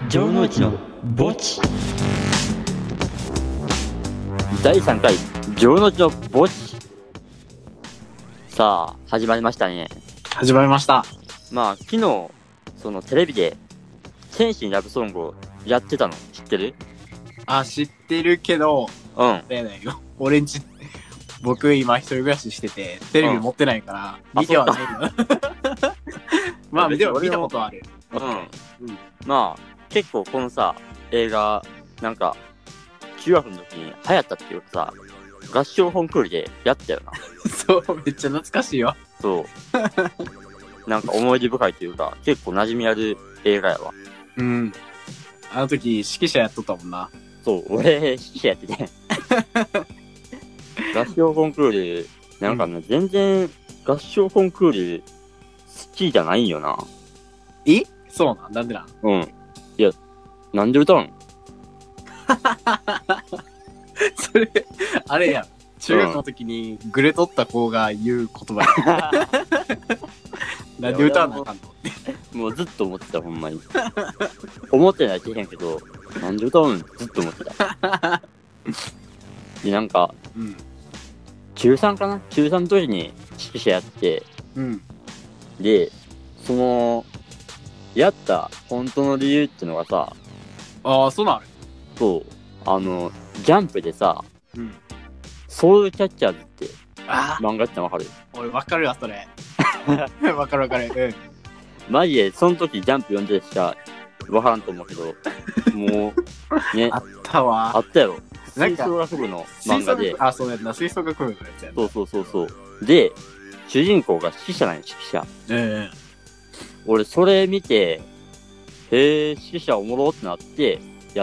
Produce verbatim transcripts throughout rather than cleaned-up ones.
城之内の墓地だいさんかい城之内の墓地。さあ始まりましたね。 始まりました。 まあ昨日そのテレビで天使にラブソングをやってたの知ってる？ あ、知ってるけど、 うん。 だよね。俺んち、僕今一人暮らししてて、テレビ持ってないから、見てはないけど。まあ、でも見たことある。 うん。うん。まあ、結構このさ、映画、なんか、中学の時に流行ったっていうかさ、合唱コンクールでやったよな。 そう、めっちゃ懐かしいよ。 そう。なんか思い出深いというか、結構馴染みある映画やわ。 うん。あの時、指揮者やっとったもんな。 そう、俺、指揮者やってて。合唱コンクール、なんかね、うん、全然合唱コンクール好きじゃないんよな。 え？そうなん？なんでなん？ うん。いや、なんで歌うん？ それ、あれやん。中学の時にグレとった子が言う言葉や。なんで歌わなあかんの？ もうずっと思ってた、ほんまに。思ってないってへんけど、なんで歌うん？ずっと思ってた。で、なんか、 うん、 中さんかな中さんの時に指揮者やって、 うん、 で、その、やった本当の理由ってのがさ、 ああ、そうなの？ そう、あの、ジャンプでさ、 うん、 ソウルキャッチャーズってあ漫画ってわかる？ 俺わかるわ、それ。わかるわかる。うん。 マジで、その時ジャンプ読んでしかわからんと思うけど、もう、ね。 あったわ。 あったやろ。吹奏楽部の漫画で。 あ、そうやんな。吹奏楽部のやつやな。 そうそうそうそう。で、主人公が指揮者なんや、指揮者。 ええ。 俺、それ見て、へえ、指揮者おもろってなって、やった。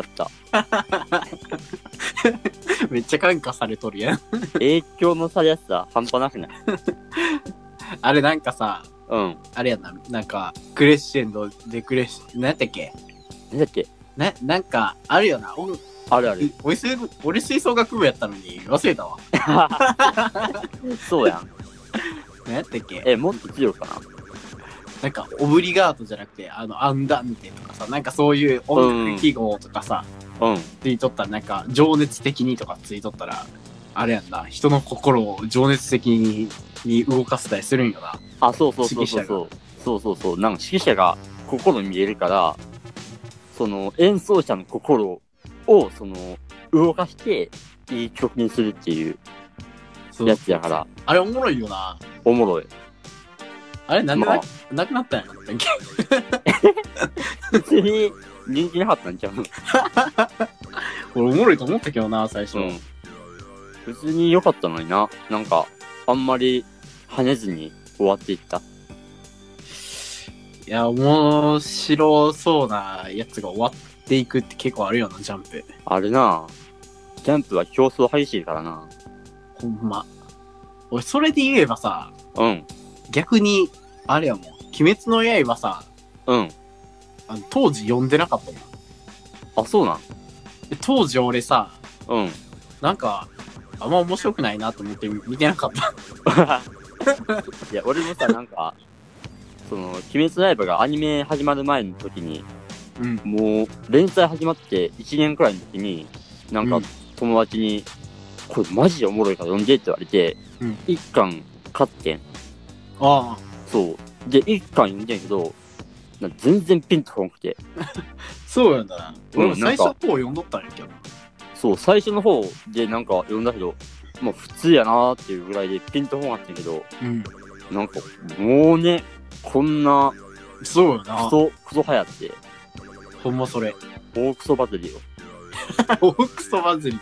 めっちゃ感化されとるやん。 影響のされやすさ、半端なくない？ あれなんかさ、 うん。 あれやな、なんか、クレッシェンド、デクレッシェンド、なんやったっけ？ なんだっけ？ な、なんか、あるよな。おあるある。 俺、俺吹奏楽部やったのに忘れたわ。 そうやん。 なんやったっけ？ え、もっと強いかな？ なんか、オブリガートじゃなくて、あの、アンダンテとかさ、なんかそういう音楽記号とかさ、 うん。 ついとったら、なんか、情熱的にとかついとったら、あれやんな、人の心を情熱的に、に動かせたりするんよな。 あ、そうそうそうそうそう。そうそうそう。なんか指揮者が心見えるから、その演奏者の心を、その、動かして、いい曲にするっていうやつやから。 あれおもろいよな。 おもろい。 あれなんでな、まあ、なくなったんやったっけ？ 普通に人気なかったんちゃう？ 俺おもろいと思ったけどな、最初。うん。 普通に良かったのにな。なんか、あんまり跳ねずに終わっていった。 いや、面白そうなやつが終わっていくって結構あるよな、ジャンプ。 あるな。ジャンプは競争激しいからな。 ほんま。俺、それで言えばさ、 うん。 逆に、あれやもん、鬼滅の刃さ、 うん。 あの当時読んでなかったもん。 あ、そうなん？ 当時俺さ、 うん。 なんか、あんま面白くないなと思って見てなかった。 いや、俺もさ、なんか、その、鬼滅の刃がアニメ始まる前の時に、 うん、 もう、連載始まっていちねんくらいの時に、なんか、友達に、これマジでおもろいから読んでって言われて、 うん、 一巻買ってん。 ああ。 そう。で、一巻読んでんけど、なんか全然ピンとこなくて。 そうやんだな。俺も最初の方読読んどったんやけど。 そう、最初の方でなんか読んだけど、まあ普通やなーっていうぐらいでピンとこなかったけど、 うん、 なんか、もうね、こんな、 そうよな。 クソ、クソ流行って。 ほんまそれ。 大クソバズりよ。 大クソバズりって。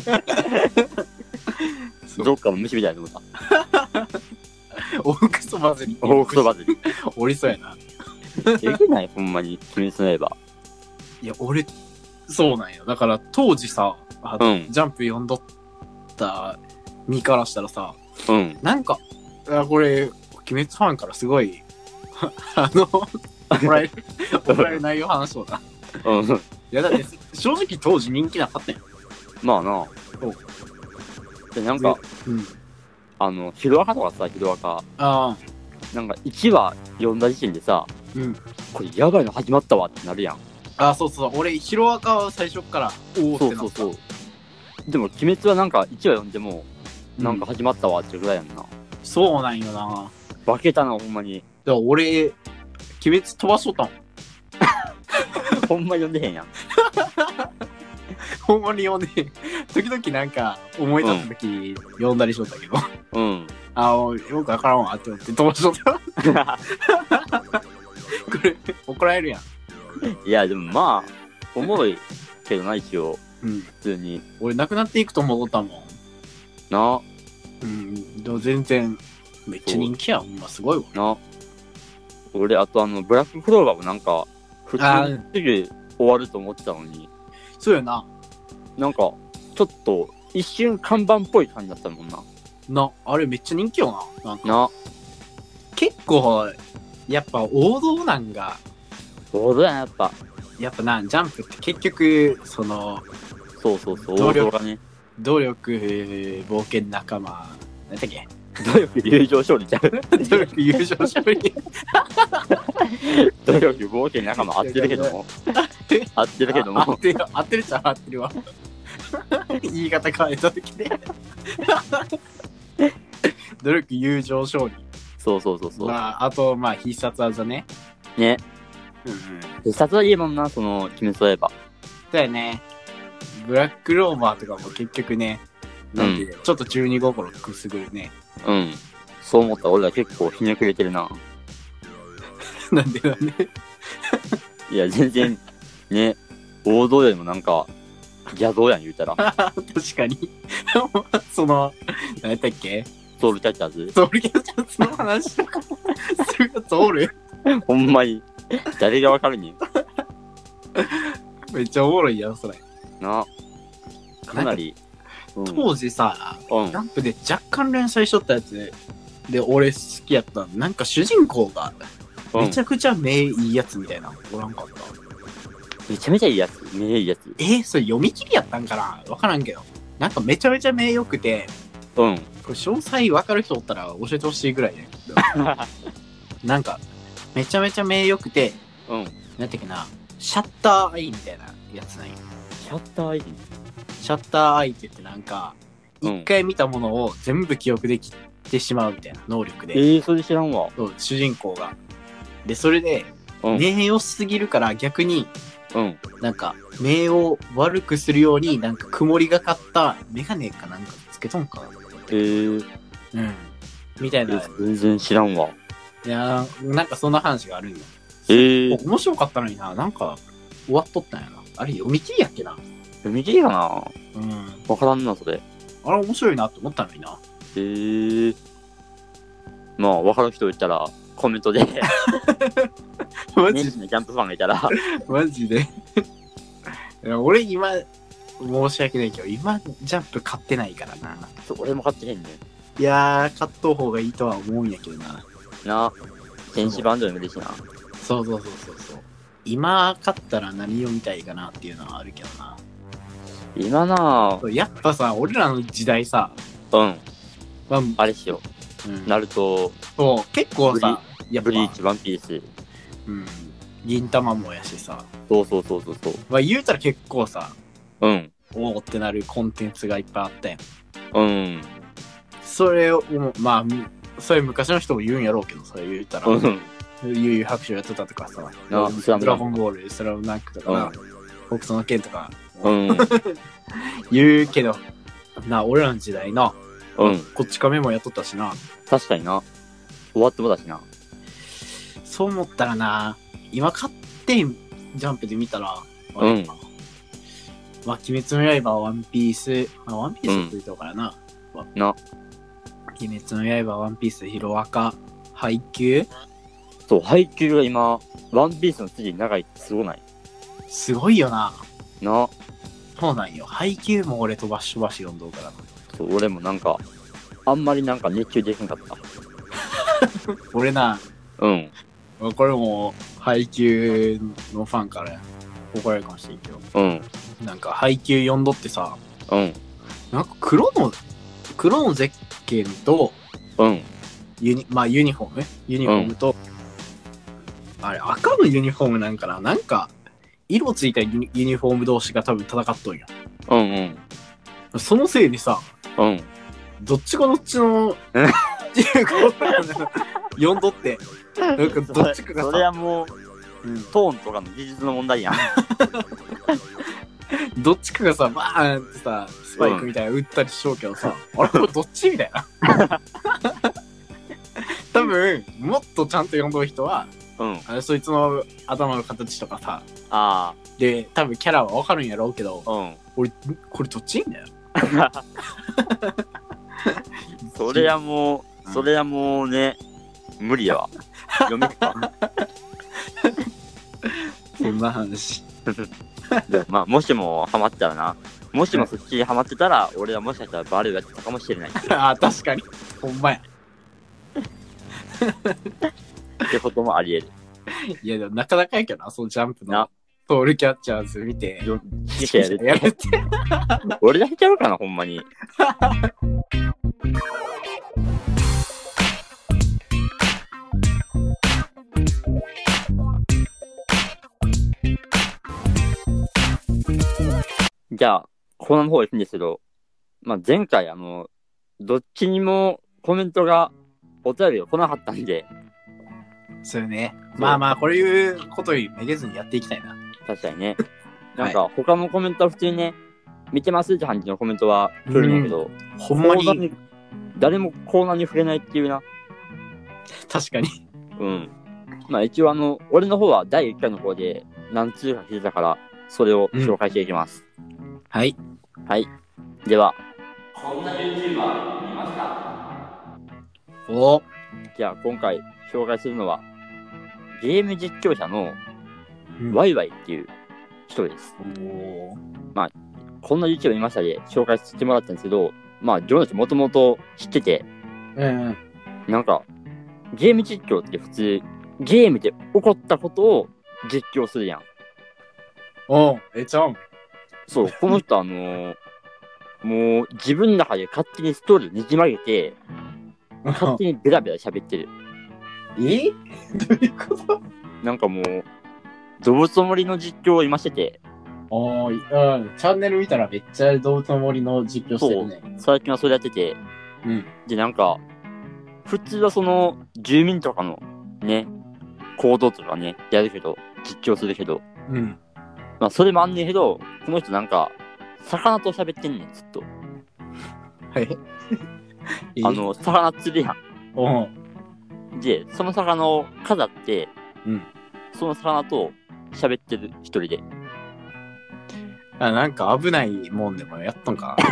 どっかの虫みたいなのが。 大クソバズり。 大クソバズり。 おりそうやな。 えげないほんまに、鬼滅の刃。 いや、俺、そうなんや。だから当時さ、あの、うん、ジャンプ読んどった身からしたらさ、 うん。 なんか、あこれ、鬼滅ファンからすごい、あの、怒られる、怒られる内容話そうだ。 うん。いや、だって、正直当時人気なかったんや。 まあな。 そう。 で、なんか、 うん。 あの、ヒロアカとかさ、ヒロアカ。 ああ。 なんか、いちわ読んだ時点でさ、 うん。 これやばいの始まったわってなるやん。 あ、そうそう、俺、ヒロアカは最初から、おおってなった。 そうそうそう。でも、鬼滅はなんかいちわ読んでも、なんか始まったわってぐらいやんな。うん、 そうなんよな。 化けたな、ほんまに。 だから俺、鬼滅飛ばしとったもん。 ほんま読んでへんやん。 ほんまに読んで、時々なんか思い立った時、読んだりしとったけど。 うん。 あ、よくわからんわって思って飛ばしとった。これ、怒られるやん。 いや、でもまあ、おもろいけどな、一応。 うん。 普通に。 俺、亡くなっていくと思ったもん。 な。 うん。でも全然、めっちゃ人気やん。ほんま、すごいわ。 な。俺、あとあの、ブラッククローバーもなんか、普通にすぐ終わると思ってたのに。 そうやな。 なんか、ちょっと、一瞬看板っぽい感じだったもんな。 な、あれめっちゃ人気よな。なんかな。 結構、やっぱ王道なんが、 そうだよ、やっぱ。 やっぱな、ジャンプって結局、その、 そうそうそう、 努力王道がね。 努力、冒険仲間、何だっけ努力、友情勝利ちゃう。 努力、友情勝利。 努力、冒険仲間合ってるけども。合ってるけども。 合ってる、合ってるっちゃ合ってるわ。言い方変えた時で。努力、友情勝利。 そうそうそうそう。 まあ、あと、まあ、必殺技ね。 ね。 うんうん。 必殺はいいもんな、その、鬼滅の刃。 だよね。ブラックローバーとかも結局ね、なんていうの、ちょっと中二心くすぐるね。 うん。そう思ったら俺ら結構ひねくれてるな。 なんでなんで。 いや、全然、ね、王道よりもなんか、邪道やん言うたら。 確かに。その、何やったっけソウルキャッチャーズ。 ソウルキャッチャーズの話とかするやつおる。 ほんまに。誰がわかるに。 めっちゃおもろいやん、それ。 な。かなり。 うん、当時さ、 うん、 ジャンプで若干連載しとったやつで、俺好きやったの。なんか主人公が、めちゃくちゃ目いいやつみたいな。おらんかった。 めちゃめちゃいいやつ。目いいやつ。 えー、それ読み切りやったんかなわからんけど。なんかめちゃめちゃ目良くて、 うん。 これ詳細わかる人おったら教えてほしいぐらいね。なんか、めちゃめちゃ目良くて、 うん。 なんていうかな、シャッターアイみたいなやつなんよ。 シャッターアイシャッターアイって言ってなんか、一、うん、回見たものを全部記憶できてしまうみたいな能力で。 ええー、それ知らんわ。 そう、主人公が。で、それで、うん、目良すぎるから逆に、 うん。 なんか、目を悪くするように、なんか曇りがかったメガネかなんかつけとんかな。 えー。 うん。みたいな。 全然知らんわ。 いやー、なんかそんな話があるんよ。 えー。 面白かったのにな、なんか、終わっとったんやな。あれ、読み切りやっけな。 読み切りかな。 うん。 わからんな、それ。 あれ、面白いなって思ったのにな。 えー。まあ、わかる人いたら、コメントで。 マジで、ね、ジャンプファンがいたら。 マジで。いや俺今、申し訳ないけど、今、ジャンプ買ってないからな。 そう、俺も買ってへんねん。いやー、買っとう方がいいとは思うんやけどな。 な。電子版でもいいしな。 そうそうそうそうそう。今買ったら何読みたいかなっていうのはあるけどな。 今なぁ。やっぱさ、俺らの時代さ。 うん。まあ、あれしよう。うん、ナルト。 そう、結構さ、 やっぱブリーチ、ワンピース。 うん。銀玉もやしさ。 そうそうそうそうそう。 まあ言うたら結構さ。 うん。 おーってなるコンテンツがいっぱいあったやん。 うん。 それを、まあ、それ昔の人も言うんやろうけど、それ言うたら。うん。悠々白書やってたとかさ。ドラゴンボール、スラムダンクとかな。北斗の剣とか。うん。言うけど、な、俺らの時代な。 うん。 こっち亀もやっとったしな。 確かにな。終わってもだしな。 そう思ったらな、今買ってジャンプで見たら、 うん。 まあ、鬼滅の刃、ワンピース、まあ、ワンピースって言ったからな。 うん、な。 鬼滅の刃、ワンピース、ヒロアカ、配給そう、配給が今、ワンピースの次に長いってすごない？ すごいよな。 な。 そうなんよ。配給も俺とバッシュバシ読んどうからな。 そう、俺もなんか、あんまりなんか熱中できなかった。 俺な、 うん。 これも、配給のファンから怒られるかもしれんけど。 うん。 なんか、配給読んどってさ、 うん。 なんか黒の、黒のゼッケンと、 うん。 ユニ、まあユニフォームユニフォームと、うん、あれ、赤のユニフォームなんかななんか、 色ついたユニユニフォーム同士が多分戦っとんよ。 うんうん。そのせいでさ、 うん。うん。 どっちがどっちの、っていうことなんだよ。読んどって。なんかどっちかがさ、 それはもう、うん、トーンとかの技術の問題やん。 どっちかがさ、バーンってさ、スパイクみたいなの打ったりしようけどさ、うん、あれこれどっちみたいな。多分、もっとちゃんと読んどる人は、うん、あれそいつの頭の形とかさ、あで、多分キャラはわかるんやろうけど、うん、俺、これどっちいいんだよ。 それはもう、それはもうね、無理やわ。読めるか。 そんな話。 まあ、もしもハマったらな、もしもそっちにハマってたら、俺はもしかしたらバルーやってたかもしれない。 ああ、確かに。ほんまや。 ってこともあり得る。いや、でもなかなかやけどな、そのジャンプのソウルキャッチャーズ見て。 指揮者やるって。俺だけちゃうかな、ほんまに。じゃあ、コーナーの方行くんですけど、まあ、前回、あの、どっちにもコメントが、お便りが来なかったんで。 そうよね。まあまあ、こういうことよりめげずにやっていきたいな。 確かにね。なんか、他のコメントは普通にね、見てますって感じのコメントは来るんだけど、 うん、ほんまに。に誰もコーナーに触れないっていうな。 確かに。 うん。まあ一応あの、俺の方はだいいっかいの方で何通か聞いたから、それを紹介していきます。 うん、はい。 はい。では、こんな YouTuber 見ました。おじゃあ今回紹介するのは、ゲーム実況者のワイワイっていう人です。うん、おまあ、こんな YouTuber 見ましたで紹介させてもらったんですけど、まあ、自分たちもともと知ってて、うん、なんか、ゲーム実況って普通、ゲームで起こったことを実況するやん。 おう、えちゃん。 そう、この人あのー、もう自分の中で勝手にストーリーをねじ曲げて、勝手にベラベラ喋ってる。 えどういうこと？ なんかもう、動物の森の実況を今してて。 ああ、うん、チャンネル見たらめっちゃ動物の森の実況してるね。 そう、最近はそれやってて。うん。で、なんか、普通はその、住民とかのね、行動とかね、やるけど、実況するけど。うん。まあ、それもあんねんけど、この人なんか、魚と喋ってんねん、ずっと。 はい。 あの、魚釣るやん。 おう。 で、その魚を飾って、うん。その魚と喋ってる、一人で。 あ、なんか危ないもんでもやっとんか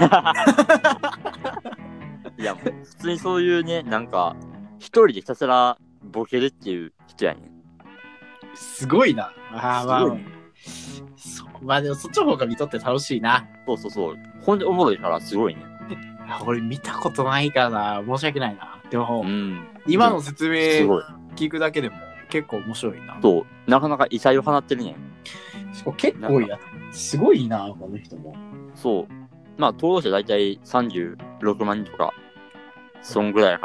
いや、もう、普通にそういうね、なんか、一人でひたすらボケるっていう人やねん。 すごいな。ああ、まあ、ね、そまあでもそっちの方が見とって楽しいな。 そうそうそう。ほんでおもろいからすごいね。 俺見たことないからな。申し訳ないな。でも、うん、今の説明聞くだけでも結構面白いな。 そう。なかなか異彩を放ってるね。 しかも結構や、すごいな、この人も。 そう。まあ、登録者だいたいさんじゅうろくまんにんとか、そんぐらいやから。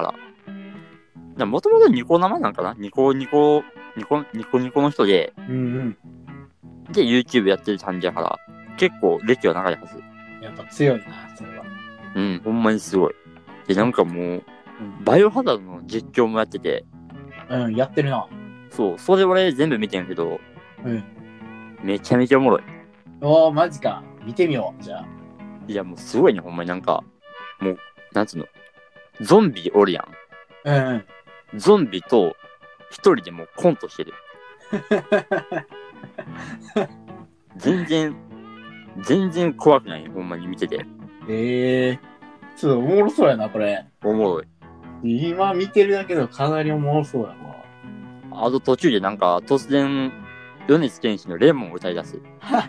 もともとニコ生なんかなニコニコ、ニコ、ニコニコの人で、うんうん。で、YouTube やってる感じやから、結構歴は長いはず。 やっぱ強いな、それは。 うん、ほんまにすごい。で、なんかもう、うん、バイオハザードの実況もやってて。 うん、やってるな。 そう、それ俺全部見てんけど、うん。めちゃめちゃおもろい。 おー、マジか。見てみよう、じゃあ。 いや、もうすごいね、ほんまになんか、もう、なんつうの、ゾンビおるやん。うん、うん。ゾンビと一人でもうコントしてる。全然、全然怖くない、ほんまに見てて。 ええー。ちょっとおもろそうやな、これ。 おもろい。 今見てるだけでもかなりおもろそうやわ。あと途中でなんか、突然、米津玄師のレモンを歌い出す。 チ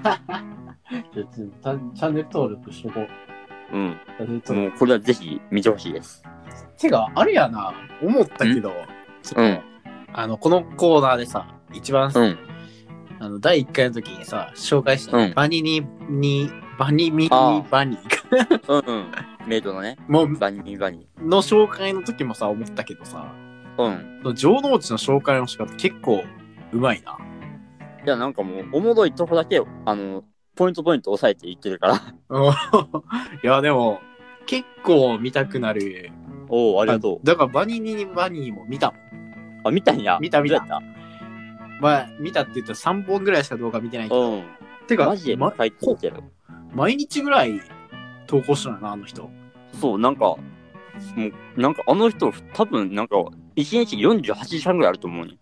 ャンネル登録しとこう。 うん。もうこれはぜひ見てほしいです。 てか、あれやな、思ったけど、うん。あの、このコーナーでさ、一番、うん、あの、だいいっかいの時にさ、紹介した、うん、バニに、に、バニミニバニうんうん。メイドのね。もう、バニミバニの紹介の時もさ、思ったけどさ、うん。城之内の紹介の仕方結構うまいな。 いや、なんかもう、おもろいとこだけ、あの、ポイントポイント押さえていってるから。 いや、でも、結構見たくなる。 おお、ありがとう。 だから、バニニバニーも見たもん。 あ、見たんや。 見た見た。 どうやった？ まあ、見たって言ったらさんぼんぐらいしか動画見てないけど。 うん。 てか、 マジでま、 書いてみてる。 毎日ぐらい投稿したのよな、あの人。 そう、なんか、もう、なんかあの人、多分、なんか、いちにちよんじゅうはちじかんぐらいあると思うね。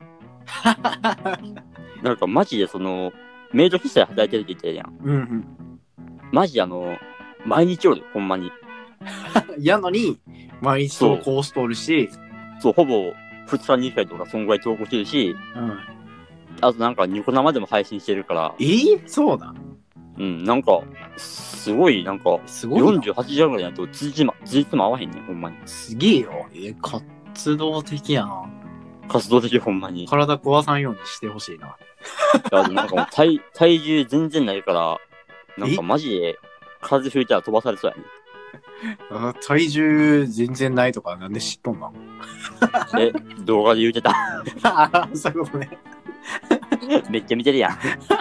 なんか、マジでその、メイド喫茶で働いてるって言ってるやん。 うんうん。 マジあの、毎日おる、ほんまに。 やのに、毎日投稿しとるし。 そう、ほぼ、ふつかにいっかいとか、そんぐらい投稿してるし、 うん。 あとなんか、ニコ生でも配信してるから。 えー、そうだ。 うん、なんか、すごい、なんか、 すごいよんじゅうはちじかんぐらいやと、つじま、つじつま合わへんねん、ほんまに。 すげえよ。えー、活動的やな。 活動的、ほんまに。 体壊さんようにしてほしいな。 いや、なんかもう体、体重全然ないから、なんかマジで、風吹いたら飛ばされそうやね。 あ、体重全然ないとかなんで知っとんの？ え、動画で言うてた。 あ、そういうことね。 めっちゃ見てるやん。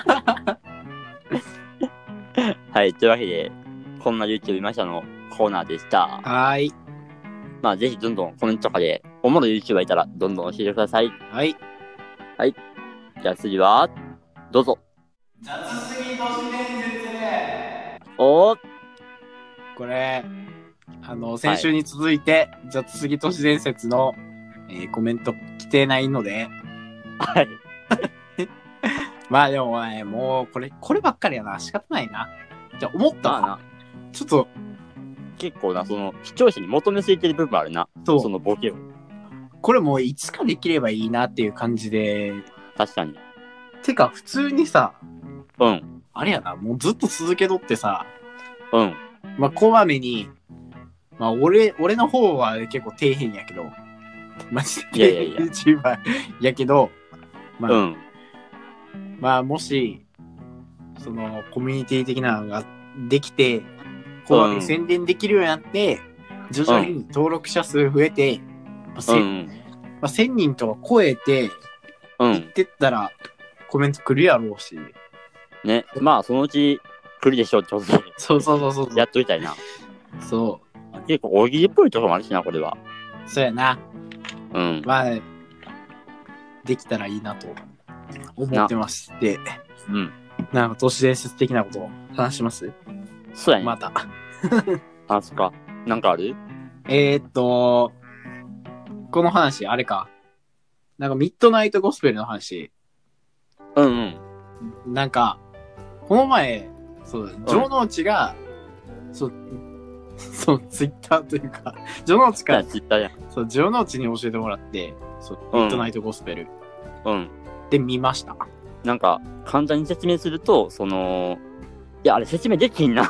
はい、というわけで、こんな YouTube 見ましたのコーナーでした。 はーい。 まあ、ぜひどんどんコメントとかで、おもろい YouTuber いたら、どんどん教えてください。 はい。 はい。じゃあ次は、どうぞ。 雑すぎ都市伝説。 おー。 これ、あの、先週に続いて、はい、雑すぎ都市伝説の、えー、コメント来てないので。 はい。 まあでもね、もう、これ、こればっかりやな。仕方ないな。じゃあ、思ったわ。まあな。ちょっと、 結構な、その、視聴者に求めすぎてる部分あるな。そう。そのボケを。 これもういつかできればいいなっていう感じで。 確かに。 てか、普通にさ、 うん。 あれやな、もうずっと続けとってさ、 うん。 まあ、こまめに、まあ、俺、俺の方は結構底辺やけど、マジで底辺 YouTuber やけど、まあ、うん、まあ、もし、その、コミュニティ的なのができて、こまめに宣伝できるようになって、うん、徐々に登録者数増えて、まあせんまあ、せんにんとか超えて、うん、いってったら、コメント来るやろうし。 ね、まあ、そのうち来るでしょうってことで。 そうそうそうそう。 やっといたいな。 そう。 結構大喜利っぽいところもあるしな、これは。 そうやな。 うん。 まあ、できたらいいなと思ってまして。 うん。 なんか都市伝説的なことを話します？ そうやね。 また。 あ、そっか。なんかある？ えーっと、この話、あれか。なんかミッドナイトゴスペルの話。 うんうん。 なんか、この前、そう、城之内が、うん、そう、そう、ツイッターというか、城之内から、 ツイッターやん。 そう、城之内に教えてもらって、そう、ミッドナイトゴスペル。 うん。 で、見ました。 なんか、簡単に説明すると、その、いや、あれ説明できんな。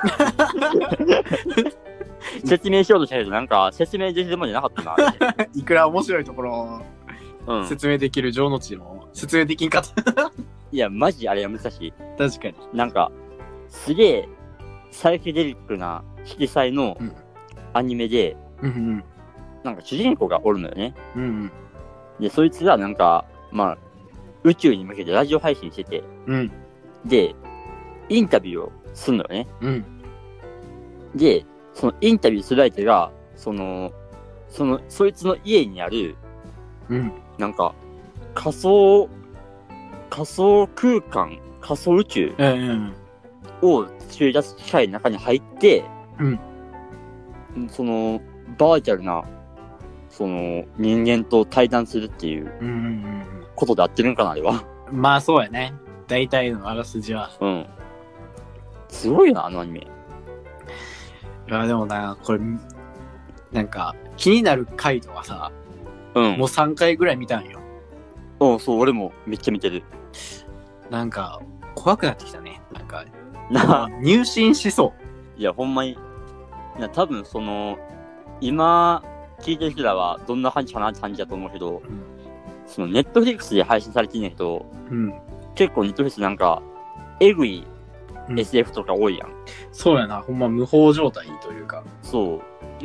説明しようとしたけど、なんか、説明できるもんじゃなかったな。 いくら面白いところを、うん、説明できる城之内の説明できんかった。 いや、マジあれは難しい。 確かに。 なんか、すげえ、サイケデリックな色彩のアニメで、 うんうん、 なんか主人公がおるのよね。 うんうん、 で、そいつがなんか、まあ、宇宙に向けてラジオ配信してて、 うん、 で、インタビューをするのよね。 うん、 で、そのインタビューする相手が、その、その、そいつの家にある、 うん、 なんか、仮想、仮想空間、仮想宇宙を作り出す機械の中に入って、 うん、 その、バーチャルな、その、人間と対談するっていうことで合ってるんかな、あれは。 まあそうやね。大体のあらすじは。 うん。すごいな、あのアニメ。 いや、でもな、これ、なんか、気になる回とかさ、うん。もうさんかいぐらい見たんよ。 うん、そう、俺もめっちゃ見てる。 なんか、怖くなってきたね。なんか、な入信しそう。 いや、ほんまに、な多分その、今、聞いてる人らはどんな感じかなって感じだと思うけど、うん、そのネットフリックスで配信されてんねんけど、 うん、 結構ネットフリックスなんか、えぐい エスエフ とか多いやん、うん。 そうやな、ほんま無法状態というか。 そう。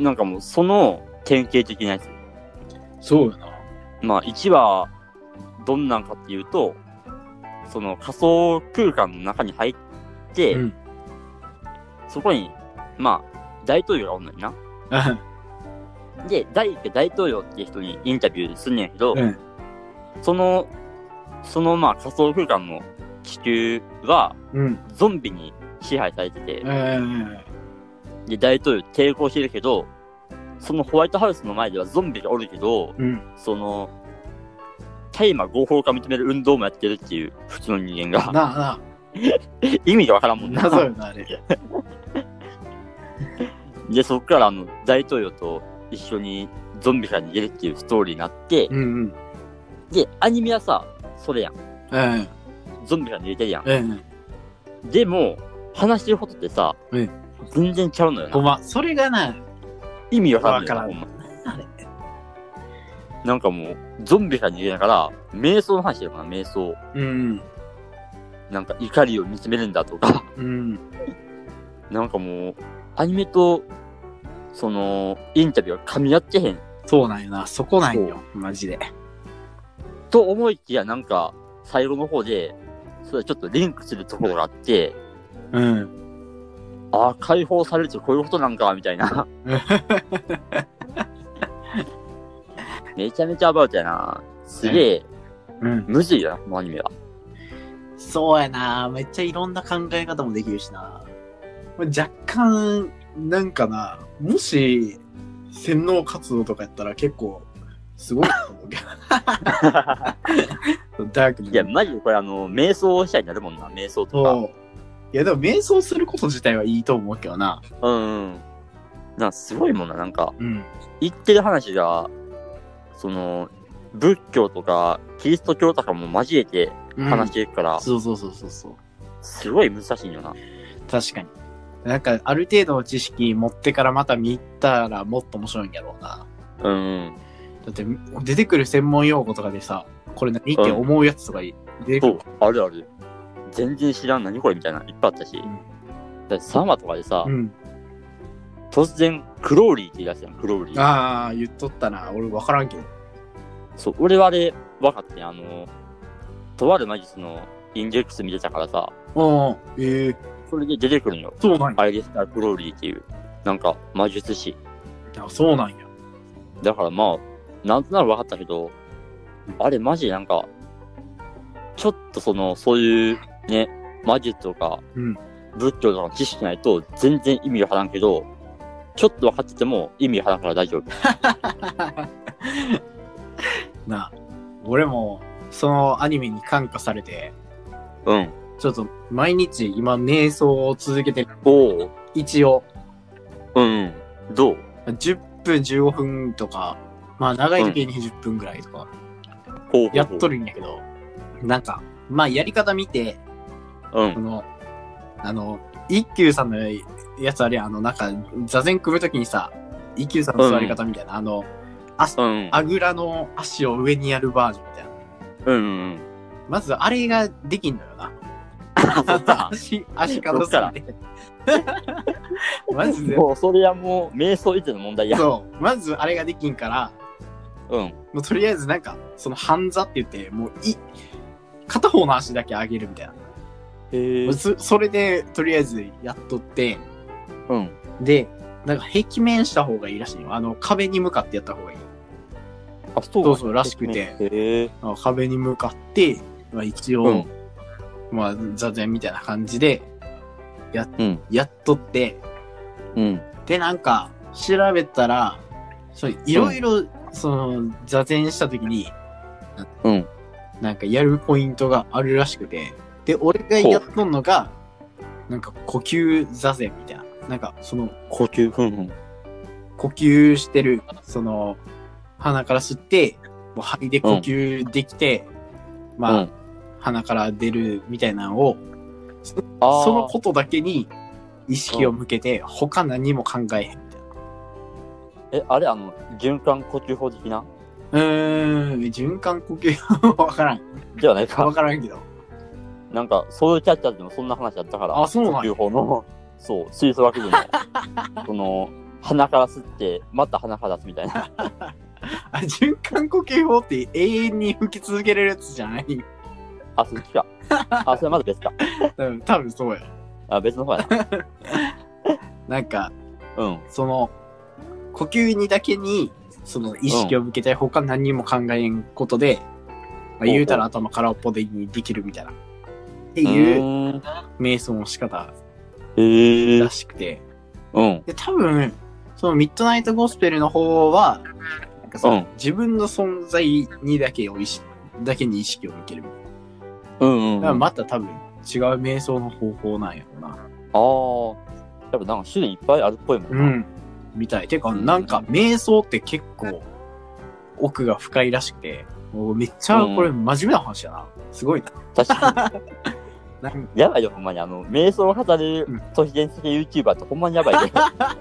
なんかもうその典型的なやつ。 そうやな。 まあいちわ、どんなんかっていうと、 その仮想空間の中に入って、うん、そこに、まあ、大統領がおんのにな。で、第一回大統領って人にインタビューすんねんけど、うん、その、そのまあ仮想空間の地球は、うん、ゾンビに支配されてて、うん、で、大統領抵抗してるけど、そのホワイトハウスの前ではゾンビがおるけど、うん、その、大麻合法化認める運動もやってるっていう普通の人間が。なあなあ。意味がわからんもんな。謎よな、あれ。で、そっからあの、大統領と一緒にゾンビから逃げるっていうストーリーになって、うんうん、で、アニメはさ、それやん。うん、ゾンビから逃げてるやん。うん、でも、話してることってさ、うん、全然ちゃうのよな。 ほんま、それがな、 意味わからんのよな、ほんま。なんかもう、ゾンビから逃げながら、瞑想の話してるかな、瞑想。うん。なんか怒りを見つめるんだとか。うん。なんかもう、アニメと、その、インタビューは噛み合ってへん。 そうなんよな、そこなんよ、マジで。 と思いきや、なんか、最後の方で、それちょっとリンクするところがあって、うん。ああ、解放されるってこういうことなんか、みたいな。めちゃめちゃアバウトやな。すげえ、うん、むずいよな、このアニメは。 そうやな。めっちゃいろんな考え方もできるしな。若干、なんかな、もし、洗脳活動とかやったら結構、すごいと思うけど。ダークいや、マジでこれあの、瞑想したいになるもんな、瞑想とか。 いや、でも瞑想すること自体はいいと思うけどな。 うん、うん。なんかすごいもんな、なんか、うん、言ってる話が、その、仏教とか、キリスト教とかも交えて話していくから、うん、 そうそうそうそうそう。 すごい難しいよな。 確かに。なんか、ある程度の知識持ってからまた見たらもっと面白いんやろうな。うん、うん。だって、出てくる専門用語とかでさ、これ何って思うやつとか出てくる、うん、 そう、あるある。全然知らん、何これみたいな、いっぱいあったし。うん、だってさんわとかでさ、うん、突然、クローリーって言い出したやん、クローリー。 ああ、言っとったな。俺分からんけど。 そう、俺はあれ、分かって、あの、とある魔術のインデックス見てたからさ。 ああ、ええー。 それで出てくるんよ。 そうなんや。 アイレスター・クローリーっていう、なんか、魔術師。 あ、そうなんや。 だからまあ、なんとなく分かったけど、あれマジなんか、ちょっとその、そういうね、魔術とか、うん、仏教とかの知識ないと全然意味わからんけど、ちょっと分かってても意味わからんから大丈夫。 なあ、俺もそのアニメに感化されて、うん。ちょっと毎日今瞑想を続けてる。おお。一応。 うん。どう ? じゅっぷんじゅうごふんとか、まあ長い時にじゅっぷんぐらいとか、やっとるんやけど、なんか、まあやり方見て、うん。この、あの、一休さんのやつあれや、あの、なんか、座禅組むときにさ、一休さんの座り方みたいな、うん、あの、足、うん、あぐらの足を上にやるバージョンみたいな。うんうんうん。まず、あれができんのよな。足、足かどさて。まず、 もう、それはもう、瞑想以前の問題や。 そう。まず、あれができんから、うん。もう、とりあえず、なんか、その、半座って言って、もう、い、片方の足だけ上げるみたいな。へー。そ、それで、とりあえず、やっとって、うん。で、なんか、壁面した方がいいらしいよ。あの、壁に向かってやった方がいい。あ、そうそうそうらしくて、へー。壁に向かって、まあ、一応、うん、まあ、座禅みたいな感じで、や、うん、やっとって、うん。で、なんか、調べたら、そう、いろいろ、その、座禅したときに、うん。なんか、やるポイントがあるらしくて、で、俺がやっとんのが、なんか、呼吸座禅みたいな。なんか、その、 呼吸、うんうん。 呼吸してる、その、鼻から吸って、もう肺で呼吸できて、うん、まあ、うん、鼻から出るみたいなのを、そ, そのことだけに意識を向けて、うん、他何も考えへんみたいな。 え、あれあの、循環呼吸法的な？ うーん、循環呼吸法わからん。 ではないか。 わからんけど。 なんか、そういうキャッチャーでもそんな話あったから。 あ、そうなん呼吸法の、そう、吹奏楽部の、その、鼻から吸って、また鼻から出すみたいな。 あ、循環呼吸法って永遠に吹き続けれるやつじゃない？ あ、そっちか。あ、それまだ別か。 うん、多分そうや。 あ、別の方やな。 なんか、 うん。 その、呼吸にだけに、その意識を向けて、他何にも考えんことで、まあ、言うたら頭空っぽでにできるみたいな。っていう瞑想の仕方らしくて。 うん。 で、多分、そのミッドナイトゴスペルの方は、なんかさ、うん、自分の存在にだけを意識、だけに意識を向けるみたいな。うんうん、うん。だからまた多分違う瞑想の方法なんやろうな。ああ。やっぱなんか種類いっぱいあるっぽいもんな。うん。 みたい。てか、なんか瞑想って結構奥が深いらしくて、もうめっちゃこれ真面目な話やな。すごいな。 確かに。やばいよ、ほんまに。あの、瞑想を語る都市伝説 YouTuber ってほんまにやばいね。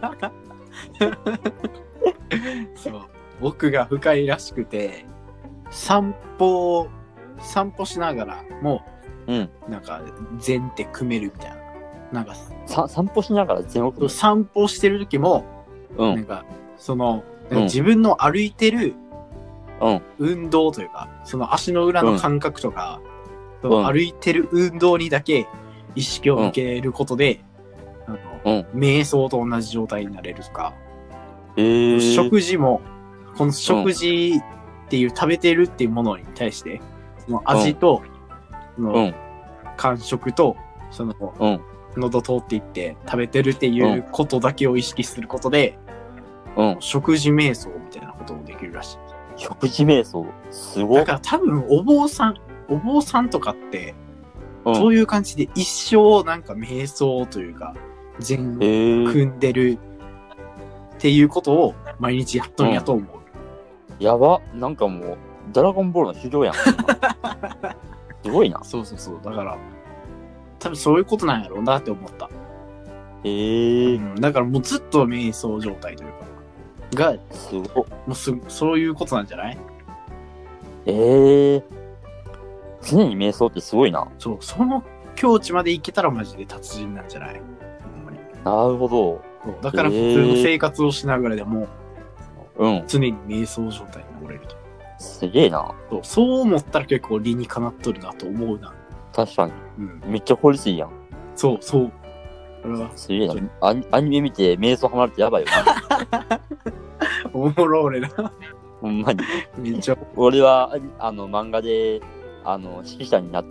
そう。奥が深いらしくて、散歩、散歩しながらも、うん。なんか、禅って組めるみたいな。なんか、 さ散歩しながら禅を組む？ 散歩してる時も、うん。なんか、その、なんか自分の歩いてる、うん。運動というか、その足の裏の感覚とか、うん、歩いてる運動にだけ意識を向けることで、うん、あの、うん、瞑想と同じ状態になれるとか、えー、食事も、この食事っていう食べてるっていうものに対して、その味と、うん、その感触と、その、うん、喉通っていって食べてるっていうことだけを意識することで、うん、食事瞑想みたいなこともできるらしい。 食事瞑想すごい。 だから多分お坊さん、お坊さんとかって、うん、そういう感じで一生なんか瞑想というか、禅組んでるっていうことを毎日やっとんやと思う。 うん、やば。なんかもう、ドラゴンボールの修行やん。すごいな。 そうそうそう。だから、多分そういうことなんやろうなって思った。 へえ、 うん。だからもうずっと瞑想状態というか、が、すごい。もうす、そういうことなんじゃない？ ええー。常に瞑想ってすごいな。 そう、その境地まで行けたらマジで達人なんじゃない？ほんまに。 なるほど。 そうだから普通の生活をしながらでも、うん、常に瞑想状態におれると。 すげえな。 そう、そう思ったら結構理にかなっとるなと思うな。 確かに。うん。めっちゃ効率いいやん。 そうそう。これはすげえな。アニ、アニメ見て瞑想ハマるってやばいよな。 おもろ俺な。 ほんまに。 めっちゃ。 俺は、あの、漫画で、あの、指揮者になって、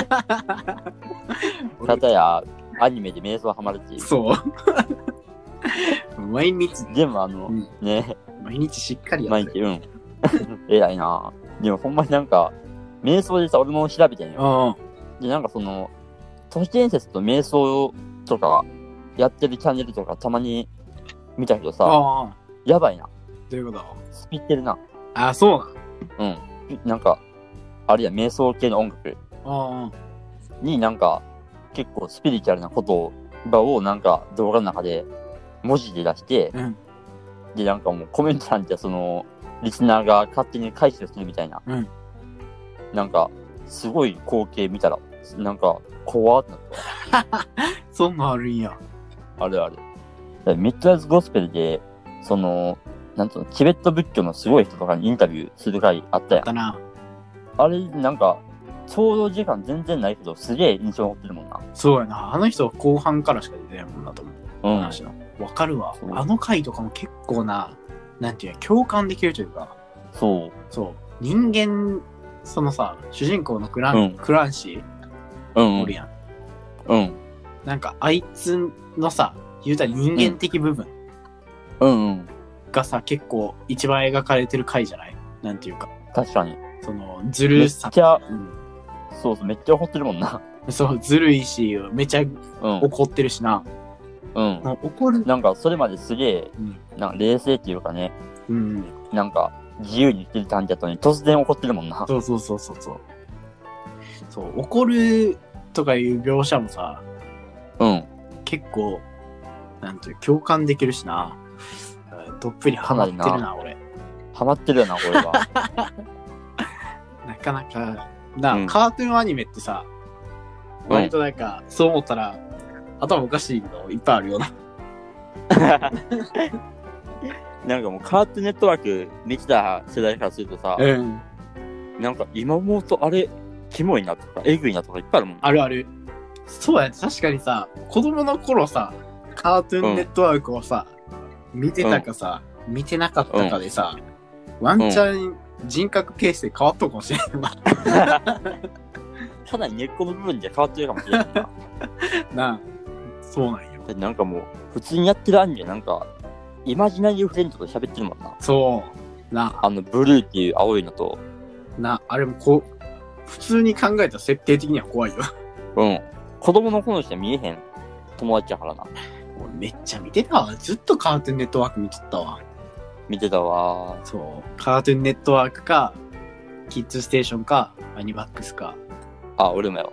かたや、アニメで瞑想ハマるっていう。 そう。毎日。 でもあの、うん、ね。 毎日しっかりやって毎日、うん。偉いな。でもほんまになんか、瞑想でさ、俺も調べてんよ。で、なんかその、都市伝説と瞑想とか、やってるチャンネルとかたまに見たけどさ、やばいな。 どういうこと？ スピってるな。 あ、そうなん？うん。なんか、あるいは瞑想系の音楽になんか結構スピリチュアルな言葉をなんか動画の中で文字で出して、うん、でなんかもうコメント欄でそのリスナーが勝手に解釈するみたいな、うん、なんかすごい光景見たらなんか怖ってなった。 そんなんあるんや。 あるある。ミッドナイトゴスペルでそのなんつうのチベット仏教のすごい人とかにインタビューする回あったやん。 あったな。 あれ、なんか、ちょうど時間全然ないけど、すげえ印象残ってるもんな。 そうやな。あの人は後半からしか出てないもんなと思う。うん。話の。わかるわ。あの回とかも結構な、なんていうの、共感できるというか。 そう。 そう。人間、そのさ、主人公のクラン、うん、クランシー、うん、おるやん。うん。なんか、あいつのさ、言うたら人間的部分。うん、うん、うん。がさ、結構一番描かれてる回じゃない？なんていうか。 確かに。 その、ずるさ。 めっちゃ、うん、そうそう、めっちゃ怒ってるもんな。 そう、ずるいし、めっちゃ怒ってるしな。 うん。うん、怒る。なんか、それまですげえ、うん、なんか冷静っていうかね、うん。なんか、自由に生きる感じだったのに、突然怒ってるもんな。 そうそうそうそうそう。そう、怒るとかいう描写もさ、うん。結構、なんていう、共感できるしな。どっぷりハマってるな、な俺。 ハマってるよな、これは。 なかなか、な、うん、カートゥーンアニメってさ、割となんか、うん、そう思ったら、頭おかしいのいっぱいあるよな。 なんかもう、カートゥーンネットワーク見てた世代からするとさ、うん、なんか今思うと、あれ、 キモいなとか、エグいなとかいっぱいあるもん。 あるある。そうや、確かにさ、子供の頃さ、カートゥーンネットワークをさ、うん、見てたかさ、うん、見てなかったかでさ、うん、ワンチャン人格形成変わったかもしれんわ。 かなり根っこの部分で変わってるかもしれないな。 なあ、そうなんよ。 なんかもう、普通にやってるアニメなんか、イマジナリーフレンドと喋ってるもんな。 そう。なあの、ブルーっていう青いのと。 な、あれもこう、普通に考えたら設定的には怖いよ。 うん。子供の頃しか見えへん友達やからな。 めっちゃ見てたわ。ずっとカートゥーンネットワーク見とったわ。 見てたわ。 そう。カートゥーンネットワークか、キッズステーションか、アニバックスか。 あ、俺もやわ。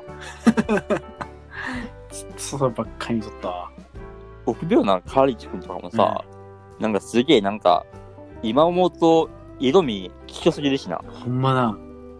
そうばっかり見とったわ。 臆病なカーリッチ君とかもさ、うん、なんかすげえなんか、今思うと色味きしょすぎるしな。 ほんまな。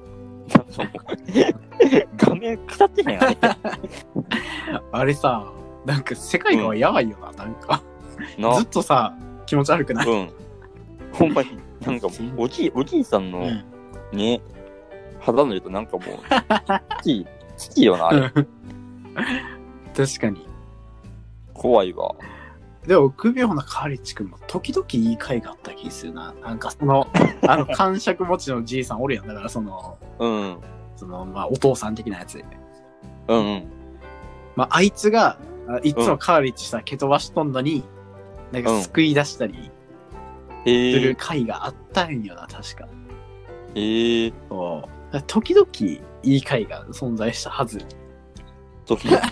画面腐ってへんあれ。 あれさ、なんか世界観はやばいよな、うん、なんか。ずっとさ、気持ち悪くない？ うん。ほんまに、なんかもう、おじい、おじいさんの、うん、ね、肌の色なんかもう、好き、好きよな、あれ。 確かに。 怖いわ。 でも、臆病なカーリッチ君も時々いい回があった気するな。なんかその、あの、感触持ちのじいさんおるやん。だからその、 うん。 その、まあ、お父さん的なやつ。 うんうん。 まあ、あいつが、いつもカーリッチさ、蹴飛ばしとんのに、なんか救い出したり、する回があったんよな、確か。 へえー。 そう。時々いい回が存在したはず。 時々。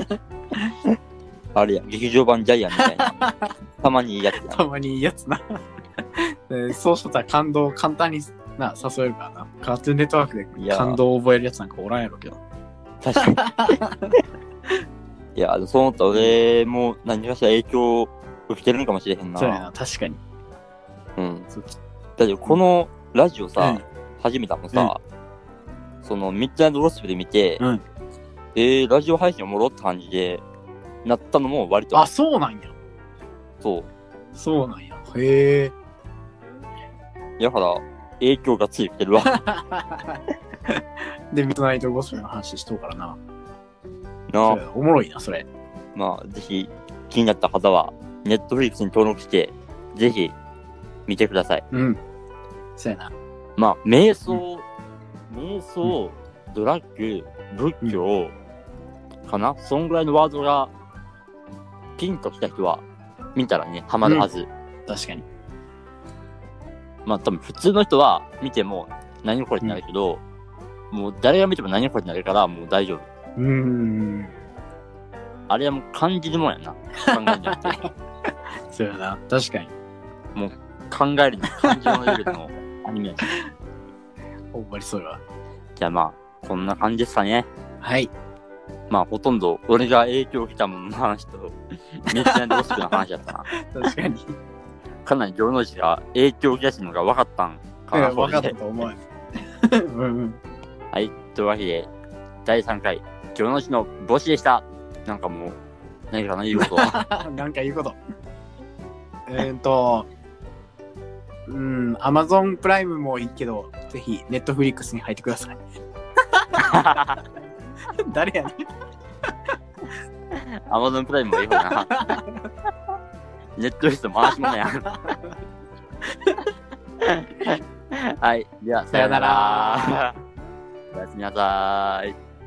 あれや、劇場版ジャイアンみたいな。たまにいいやつや。 たまにいいやつな。そうしたら感動簡単にな誘えるからな。カートゥーンネットワークで感動を覚えるやつなんかおらんやろうけど。 確かに。いや、そう思ったら俺も何かしら影響を受けてるのかもしれへんな。 そうやな、確かに。 うん。だってこのラジオさ、うん、始めたのさ、うん、そのミッドナイトゴスペルで見て、うん、えー、ラジオ配信おもろって感じで、なったのも割と。 あ、そうなんや。 そう。 そうなんや。へえ。 だから、影響がついてるわ。 で、ミッドナイトゴスペルの話しとうからな。 なあ。 おもろいな、それ。 まあ、ぜひ、気になった方は、ネットフリックスに登録して、ぜひ、見てください。 うん。そうやな。 まあ、瞑想、うん、瞑想、うん、ドラッグ、仏教、うん、かな、そんぐらいのワードが、ピンときた人は、見たらね、ハマるはず。うん、 確かに。 まあ多分普通の人は見ても何これってなるけど、うん、もう誰が見ても何これってなるからもう大丈夫。 うーん。 あれはもう感じるもんやな。考えじゃなくて。 そうやな。確かに。 もう考えるの感情のレベルのアニメやし。 ほんまにそうや。 じゃあまあ、こんな感じですかね。 はい。 まあほとんど俺が影響を受けたものの話と、めっちゃドスクの話だったな。 確かに。 かなり城之内が影響を受けやすいのが分かったんかな。 分かったと思う。うんうん。 はい。というわけで、だいさんかい、城之内の帽子でした。なんかもう、何かな、言うことは。 なんか言うこと。えっと、うん、アマゾンプライムもいいけど、ぜひ、ネットフリックスに入ってください。誰やねん。 アマゾンプライムもいいよな。ネットフリックス回しもんやん。はい。では、さよなら。おやすみなさーい。